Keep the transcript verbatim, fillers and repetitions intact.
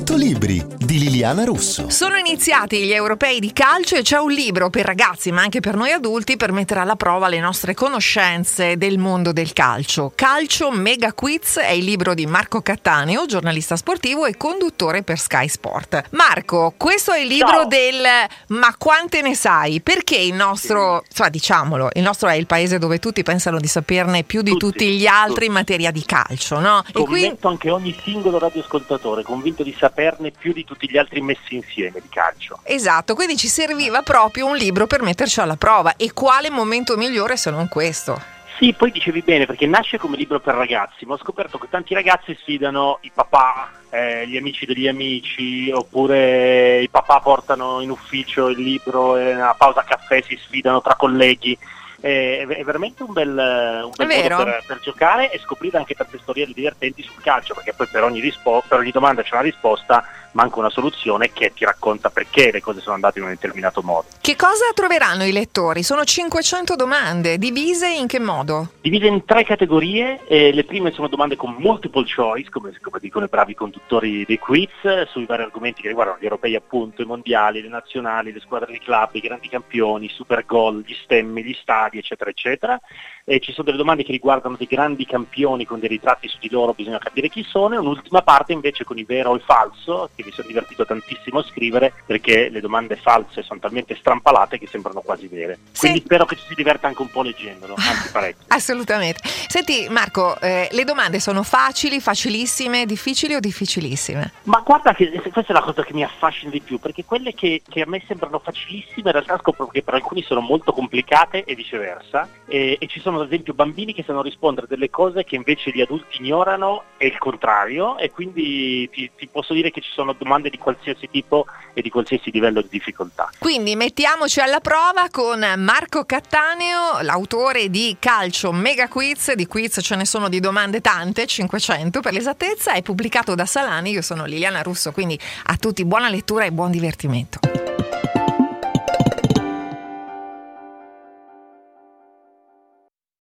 cento libri di Liliana Russo. Sono iniziati gli europei di calcio e c'è un libro per ragazzi ma anche per noi adulti per mettere alla prova le nostre conoscenze del mondo del calcio. Calcio Mega Quiz è il libro di Marco Cattaneo, giornalista sportivo e conduttore per Sky Sport. Marco, questo è il libro Ciao. del ma quante ne sai? Perché il nostro, insomma, diciamolo, il nostro è il paese dove tutti pensano di saperne più di Tutti, tutti gli altri tutti. in materia di calcio, no? E Convinto quindi anche ogni singolo radioascoltatore, convinto di saperne più di tutti gli altri messi insieme di calcio. esatto, quindi ci serviva proprio un libro per metterci alla prova. E quale momento migliore se non questo? Sì, poi dicevi bene, perché nasce come libro per ragazzi, ma ho scoperto che tanti ragazzi sfidano i papà, eh, gli amici degli amici, oppure i papà portano in ufficio il libro e a pausa caffè si sfidano tra colleghi. Eh, È veramente un bel, un bel È vero? modo per, per giocare e scoprire anche tante storielle divertenti sul calcio, perché poi per ogni, rispo- per ogni domanda c'è una risposta, ma anche una soluzione che ti racconta perché le cose sono andate in un determinato modo. Che cosa troveranno i lettori? Sono cinquecento domande, divise in che modo? Divise in tre categorie, eh, le prime sono domande con multiple choice, come, come dicono i bravi conduttori dei quiz, sui vari argomenti che riguardano gli europei appunto, i mondiali, le nazionali, le squadre di club, i grandi campioni, i super gol, gli stemmi, gli stadi, eccetera eccetera. E ci sono delle domande che riguardano dei grandi campioni con dei ritratti su di loro, bisogna capire chi sono, e un'ultima parte invece con il vero o il falso, che mi sono divertito tantissimo a scrivere perché le domande false sono talmente strampalate che sembrano quasi vere. Quindi Sì. spero che ci si diverta anche un po' leggendolo, anzi parecchio. Assolutamente. Senti Marco, eh, le domande sono facili, facilissime, difficili o difficilissime? Ma guarda che questa è la cosa che mi affascina di più, perché quelle che, che a me sembrano facilissime in realtà scopro che per alcuni sono molto complicate e viceversa, e, e ci sono ad esempio bambini che sanno rispondere delle cose che invece gli adulti ignorano e il contrario, e quindi ti, ti posso dire che ci sono domande di qualsiasi tipo e di qualsiasi livello di difficoltà. Quindi mettiamoci alla prova con Marco Cattaneo, l'autore di Calcio Mega Quiz. Di quiz ce ne sono di domande tante, cinquecento per l'esattezza, è pubblicato da Salani. Io sono Liliana Russo, quindi a tutti buona lettura e buon divertimento.